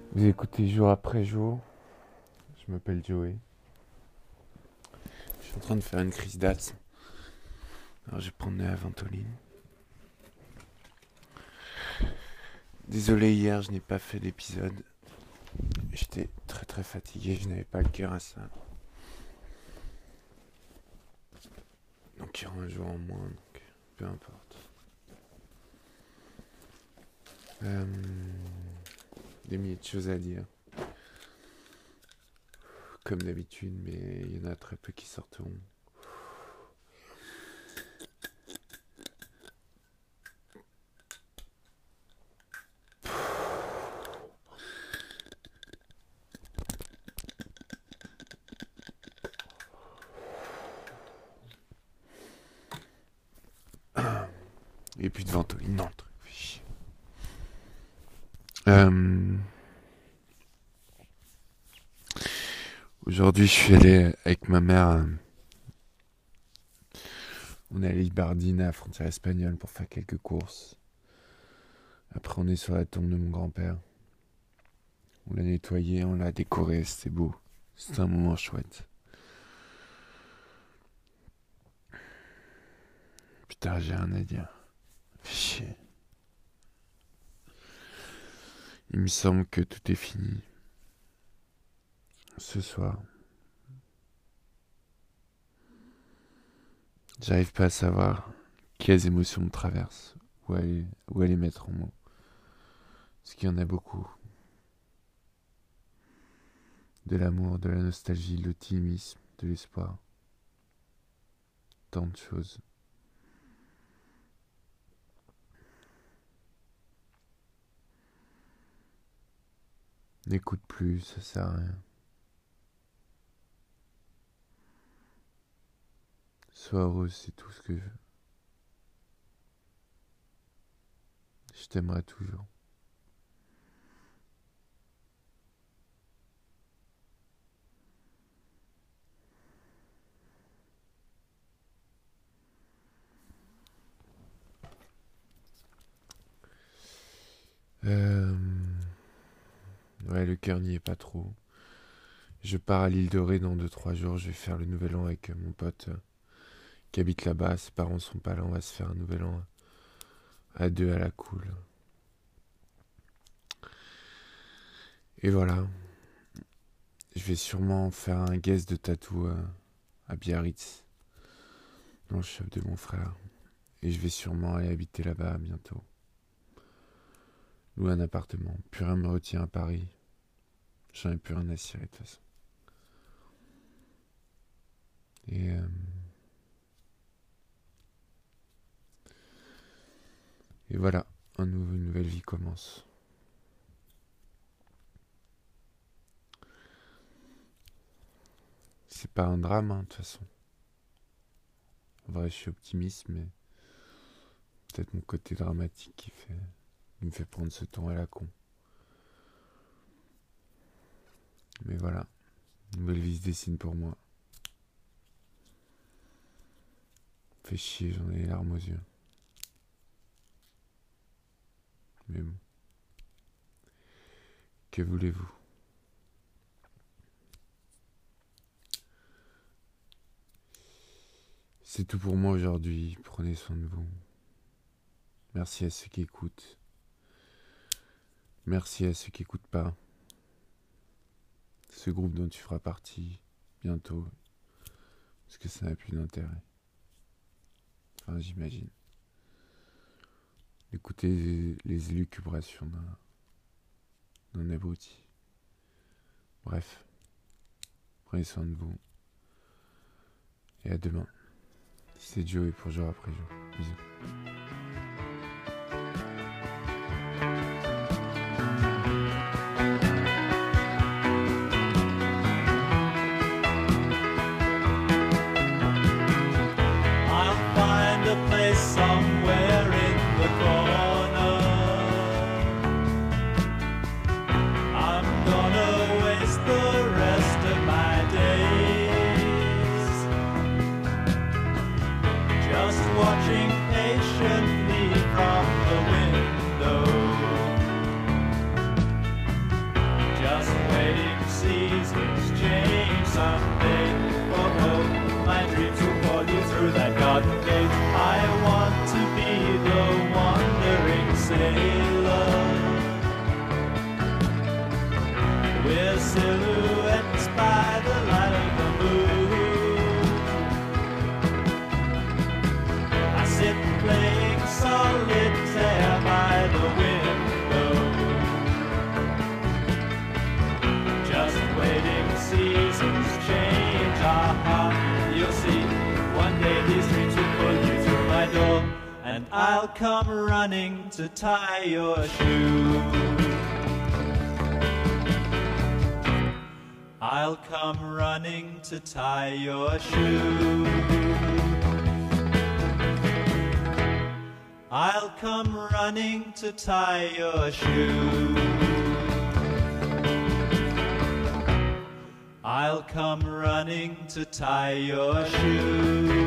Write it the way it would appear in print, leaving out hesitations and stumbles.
Vous écoutez jour après jour. Je m'appelle Joey. Je suis en train de faire une crise d'asthme. Alors je vais prendre de la ventoline. Désolé, hier je n'ai pas fait d'épisode. J'étais très très fatigué, je n'avais pas le cœur à ça. Donc il y aura un jour en moins, donc peu importe. Des milliers de choses à dire. Comme d'habitude, mais il y en a très peu qui sortiront. Et puis de ventoline, non, le truc fait chier. Aujourd'hui, je suis allé avec ma mère. On est allé à Ibardine, à la frontière espagnole, pour faire quelques courses. Après, on est sur la tombe de mon grand-père. On l'a nettoyé, on l'a décoré, c'était beau. C'était un moment chouette. Putain, j'ai rien à dire. Fais chier. Il me semble que tout est fini. Ce soir. J'arrive pas à savoir quelles émotions me traversent. Où aller mettre en mots. Parce qu'il y en a beaucoup. De l'amour, de la nostalgie, de l'optimisme, de l'espoir. Tant de choses. N'écoute plus, ça sert à rien. Sois heureuse, c'est tout ce que je veux. Je t'aimerai toujours. Ouais, le cœur n'y est pas trop. Je pars à l'île de Ré dans 2-3 jours. Je vais faire le nouvel an avec mon pote qui habite là-bas. Ses parents sont pas là. On va se faire un nouvel an à deux à la cool. Et voilà. Je vais sûrement faire un guest de tatou à Biarritz, dans le shop de mon frère. Et je vais sûrement aller habiter là-bas bientôt. Louer un appartement. Plus rien me retient à Paris. J'en ai plus rien à cirer de toute façon. Et voilà, une nouvelle vie commence. C'est pas un drame, de toute façon. En vrai, je suis optimiste, mais peut-être mon côté dramatique qui me fait prendre ce ton à la con. Mais voilà, une nouvelle vie se dessine pour moi. Fait chier, j'en ai les larmes aux yeux. Mais bon, que voulez-vous? C'est tout pour moi aujourd'hui. Prenez soin de vous. Merci à ceux qui écoutent. Merci à ceux qui n'écoutent pas. Ce groupe dont tu feras partie bientôt. Parce que ça n'a plus d'intérêt. Enfin, j'imagine. Écoutez les élucubrations d'un abruti. Bref. Prenez soin de vous. Et à demain. C'est Joe et pour jour après jour. Bisous. I'll find a place somewhere in the corner. I'm gonna waste the rest of my days just watching patiently seasons change someday. Oh no, my dreams will call you through that garden gate. I want to be the wandering sailor. We're silhouettes by the light of the moon. I sit playing solitaire by the window, just waiting seasons change. Aha, you'll see, one day these dreams will pull you through my door, and I'll come running to tie your shoe. I'll come running to tie your shoe. I'll come running to tie your shoe. I'll come running to tie your shoe.